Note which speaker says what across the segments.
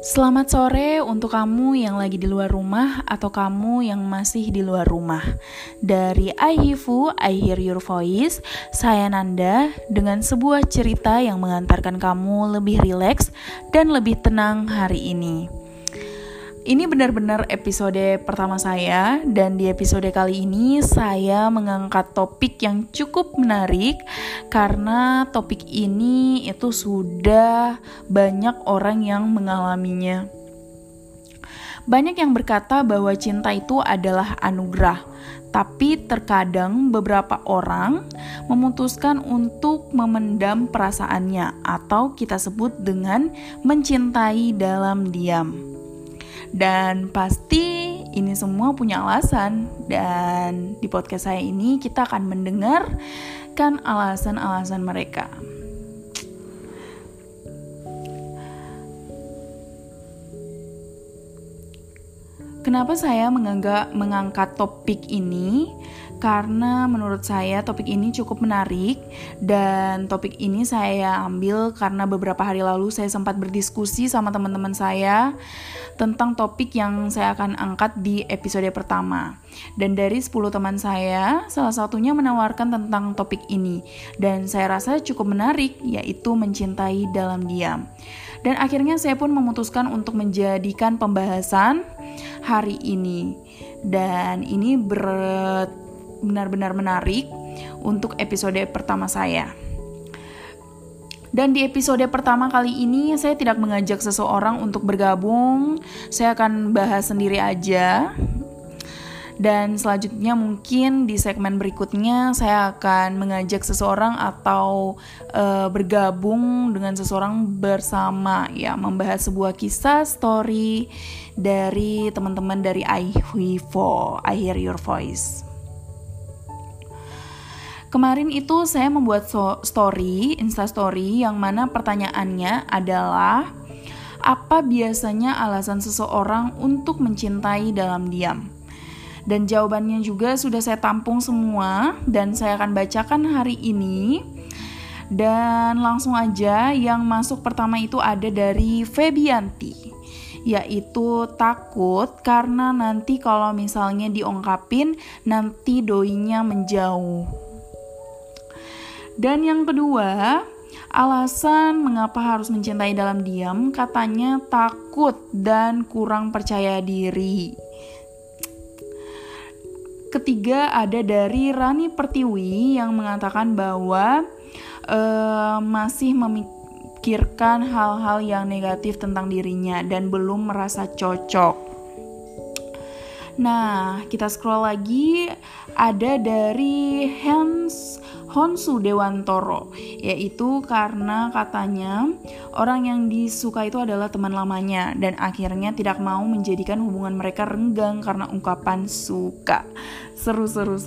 Speaker 1: Selamat sore untuk kamu yang lagi di luar rumah atau kamu yang masih di luar rumah. Dari iHifu, I Hear Your Voice, saya Nanda dengan sebuah cerita yang mengantarkan kamu lebih rileks dan lebih tenang hari ini. Ini benar-benar episode pertama saya, dan di episode kali ini saya mengangkat topik yang cukup menarik karena topik ini itu sudah banyak orang yang mengalaminya. Banyak yang berkata bahwa cinta itu adalah anugerah, tapi terkadang beberapa orang memutuskan untuk memendam perasaannya atau kita sebut dengan mencintai dalam diam. Dan pasti ini semua punya alasan, dan di podcast saya ini kita akan mendengarkan alasan-alasan mereka. Kenapa saya mengangkat topik ini? Karena menurut saya topik ini cukup menarik, dan topik ini saya ambil karena beberapa hari lalu saya sempat berdiskusi sama teman-teman saya tentang topik yang saya akan angkat di episode pertama. Dan dari 10 teman saya, salah satunya menawarkan tentang topik ini, dan saya rasa cukup menarik, yaitu mencintai dalam diam. Dan akhirnya saya pun memutuskan untuk menjadikan pembahasan hari ini. Dan ini benar-benar menarik untuk episode pertama saya. Dan di episode pertama kali ini saya tidak mengajak seseorang untuk bergabung. Saya akan bahas sendiri aja. Dan selanjutnya mungkin di segmen berikutnya saya akan mengajak seseorang atau bergabung dengan seseorang bersama, ya, membahas sebuah kisah story dari teman-teman dari iHifu, I Hear Your Voice. Kemarin itu saya membuat Instastory yang mana pertanyaannya adalah, apa biasanya alasan seseorang untuk mencintai dalam diam? Dan jawabannya juga sudah saya tampung semua dan saya akan bacakan hari ini. Dan langsung aja, yang masuk pertama itu ada dari Febianti, yaitu takut karena nanti kalau misalnya diungkapin nanti doinya menjauh. Dan yang kedua, alasan mengapa harus mencintai dalam diam, katanya takut dan kurang percaya diri. Ketiga ada dari Rani Pertiwi yang mengatakan bahwa masih memikirkan hal-hal yang negatif tentang dirinya dan belum merasa cocok. Nah, kita scroll lagi, ada dari Honsu Dewantoro, yaitu karena katanya orang yang disuka itu adalah teman lamanya dan akhirnya tidak mau menjadikan hubungan mereka renggang karena ungkapan suka. Seru.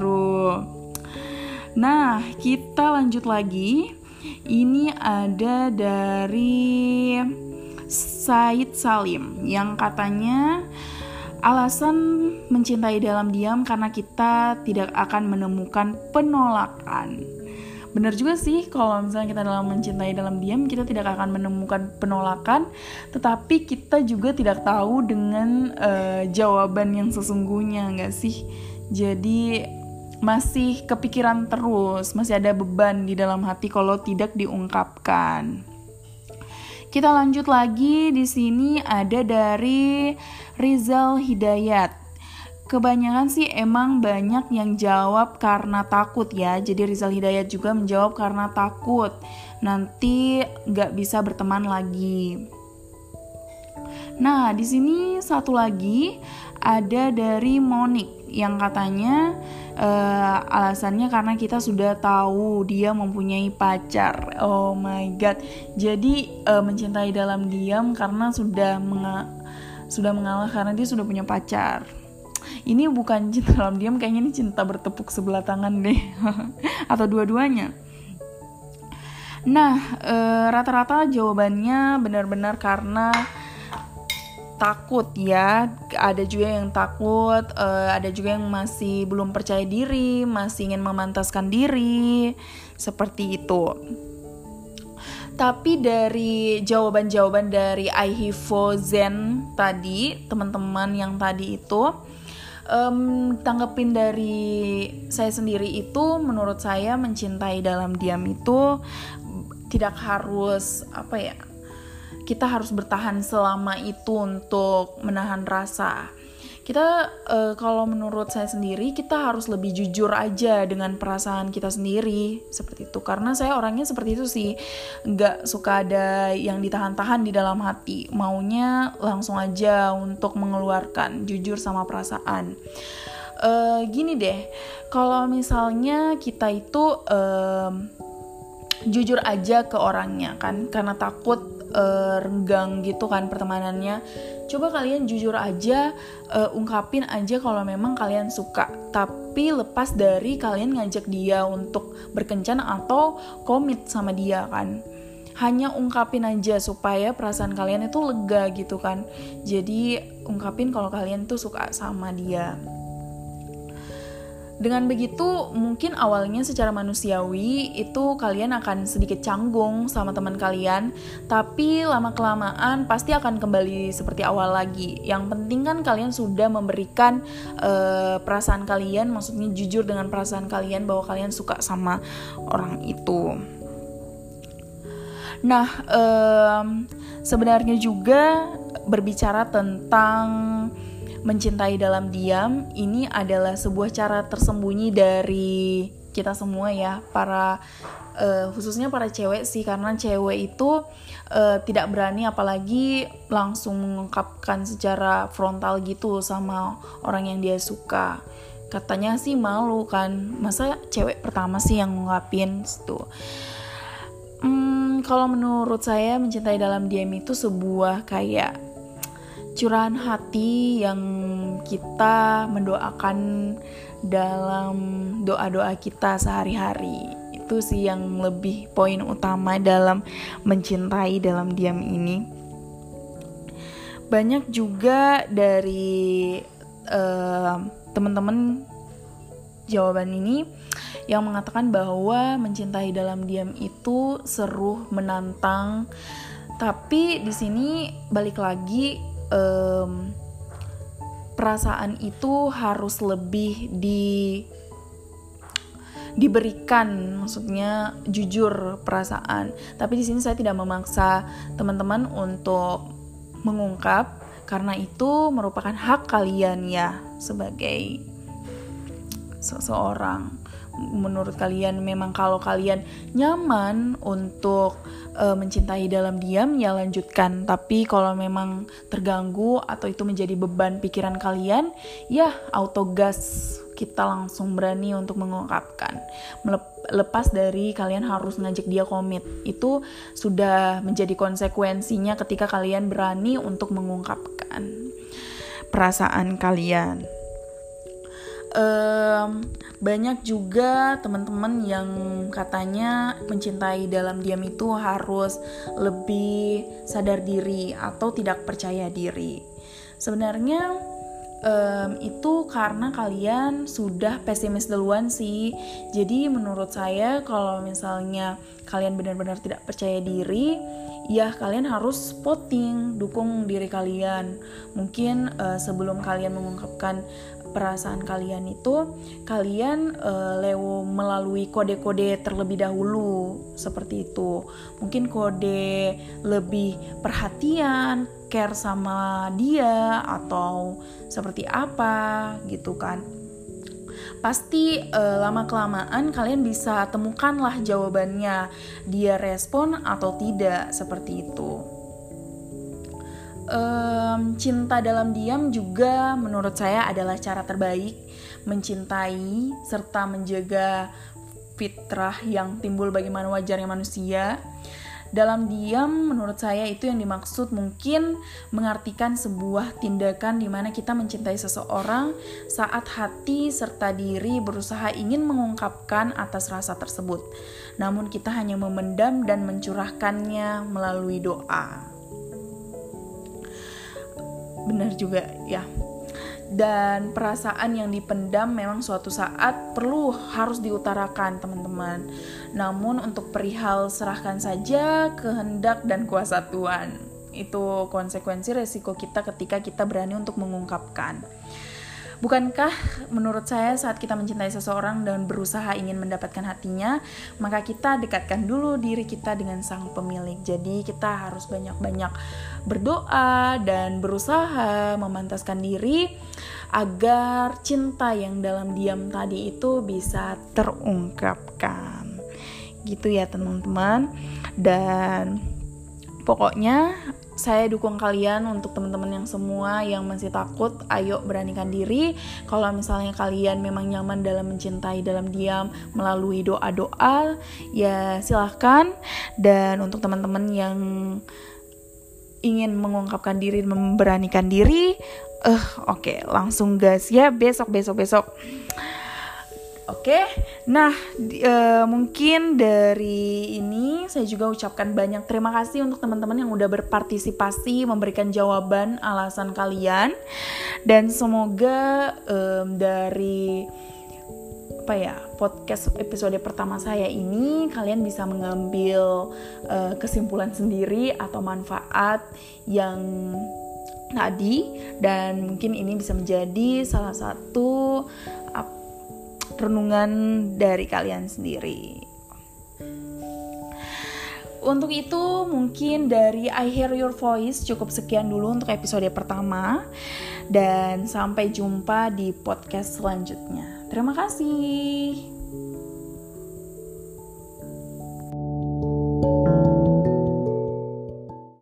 Speaker 1: Nah, kita lanjut lagi. Ini ada dari Said Salim yang katanya alasan mencintai dalam diam karena kita tidak akan menemukan penolakan. Benar juga sih, kalau misalnya kita dalam mencintai dalam diam, kita tidak akan menemukan penolakan, tetapi kita juga tidak tahu dengan jawaban yang sesungguhnya, nggak sih? Jadi masih kepikiran terus, masih ada beban di dalam hati kalau tidak diungkapkan. Kita lanjut lagi, di sini ada dari Rizal Hidayat. Kebanyakan sih emang banyak yang jawab karena takut ya. Jadi Rizal Hidayat juga menjawab karena takut nanti nggak bisa berteman lagi. Nah, di sini satu lagi ada dari Monik yang katanya alasannya karena kita sudah tahu dia mempunyai pacar. Oh my god. Jadi mencintai dalam diam karena sudah mengalah karena dia sudah punya pacar. Ini bukan cinta dalam diam, kayaknya ini cinta bertepuk sebelah tangan deh. Atau dua-duanya. Nah, rata-rata jawabannya benar-benar karena takut ya. Ada juga yang takut, ada juga yang masih belum percaya diri, masih ingin memantaskan diri, seperti itu. Tapi dari jawaban-jawaban dari Aihivo Zen tadi, teman-teman yang tadi itu, tanggepin dari saya sendiri itu, menurut saya mencintai dalam diam itu tidak harus kita harus bertahan selama itu untuk menahan rasa. Kita kalau menurut saya sendiri, kita harus lebih jujur aja dengan perasaan kita sendiri, seperti itu. Karena saya orangnya seperti itu sih, nggak suka ada yang ditahan-tahan di dalam hati, maunya langsung aja untuk mengeluarkan, jujur sama perasaan. Gini deh, kalau misalnya kita itu jujur aja ke orangnya kan, karena takut renggang gitu kan pertemanannya, coba kalian jujur aja, ungkapin aja kalau memang kalian suka, tapi lepas dari kalian ngajak dia untuk berkencan atau komit sama dia kan. Hanya ungkapin aja supaya perasaan kalian itu lega gitu kan. Jadi ungkapin kalau kalian tuh suka sama dia. Dengan begitu, mungkin awalnya secara manusiawi itu kalian akan sedikit canggung sama teman kalian, tapi lama-kelamaan pasti akan kembali seperti awal lagi. Yang penting kan kalian sudah memberikan perasaan kalian, maksudnya jujur dengan perasaan kalian bahwa kalian suka sama orang itu. Nah, sebenarnya juga berbicara tentang mencintai dalam diam, ini adalah sebuah cara tersembunyi dari kita semua ya, khususnya para cewek sih, karena cewek itu tidak berani apalagi langsung mengungkapkan secara frontal gitu sama orang yang dia suka. Katanya sih malu kan, masa cewek pertama sih yang ngungkapin gitu. Kalau menurut saya mencintai dalam diam itu sebuah kayak curahan hati yang kita mendoakan dalam doa-doa kita sehari-hari. Itu sih yang lebih poin utama dalam mencintai dalam diam ini. Banyak juga dari teman-teman jawaban ini yang mengatakan bahwa mencintai dalam diam itu seru, menantang. Tapi di sini balik lagi, perasaan itu harus lebih diberikan, maksudnya jujur perasaan. Tapi di sini saya tidak memaksa teman-teman untuk mengungkap, karena itu merupakan hak kalian ya sebagai seseorang. Menurut kalian memang kalau kalian nyaman untuk mencintai dalam diam ya lanjutkan, tapi kalau memang terganggu atau itu menjadi beban pikiran kalian ya auto gas, kita langsung berani untuk mengungkapkan. Lepas dari kalian harus ngajak dia komit, itu sudah menjadi konsekuensinya ketika kalian berani untuk mengungkapkan perasaan kalian. Banyak juga teman-teman yang katanya mencintai dalam diam itu harus lebih sadar diri atau tidak percaya diri. Sebenarnya itu karena kalian sudah pesimis duluan sih. Jadi menurut saya kalau misalnya kalian benar-benar tidak percaya diri, ya kalian harus spotting, dukung diri kalian. Mungkin sebelum kalian mengungkapkan perasaan kalian itu, kalian melalui kode-kode terlebih dahulu, seperti itu. Mungkin kode lebih perhatian, care sama dia, atau seperti apa gitu kan. Pasti lama-kelamaan kalian bisa temukanlah jawabannya, dia respon atau tidak, seperti itu. Cinta dalam diam juga menurut saya adalah cara terbaik mencintai serta menjaga fitrah yang timbul bagaimana wajarnya manusia. Dalam diam menurut saya itu yang dimaksud mungkin mengartikan sebuah tindakan di mana kita mencintai seseorang saat hati serta diri berusaha ingin mengungkapkan atas rasa tersebut, namun kita hanya memendam dan mencurahkannya melalui doa. Benar juga ya. Dan perasaan yang dipendam memang suatu saat harus diutarakan, teman-teman. Namun untuk perihal serahkan saja kehendak dan kuasa Tuhan. Itu konsekuensi resiko kita ketika kita berani untuk mengungkapkan. Bukankah menurut saya saat kita mencintai seseorang dan berusaha ingin mendapatkan hatinya, maka kita dekatkan dulu diri kita dengan sang pemilik. Jadi kita harus banyak-banyak berdoa dan berusaha memantaskan diri agar cinta yang dalam diam tadi itu bisa terungkapkan. Gitu ya teman-teman. Dan pokoknya saya dukung kalian untuk teman-teman yang semua yang masih takut, ayo beranikan diri. Kalau misalnya kalian memang nyaman dalam mencintai dalam diam melalui doa-doa, ya silahkan. Dan untuk teman-teman yang ingin mengungkapkan diri, memberanikan diri, oke, langsung gas ya, besok. Oke, nah mungkin dari ini saya juga ucapkan banyak terima kasih untuk teman-teman yang udah berpartisipasi memberikan jawaban alasan kalian, dan semoga dari podcast episode pertama saya ini kalian bisa mengambil kesimpulan sendiri atau manfaat yang tadi, dan mungkin ini bisa menjadi salah satu renungan dari kalian sendiri. Untuk itu mungkin dari I Hear Your Voice cukup sekian dulu untuk episode pertama, dan sampai jumpa di podcast selanjutnya. Terima kasih.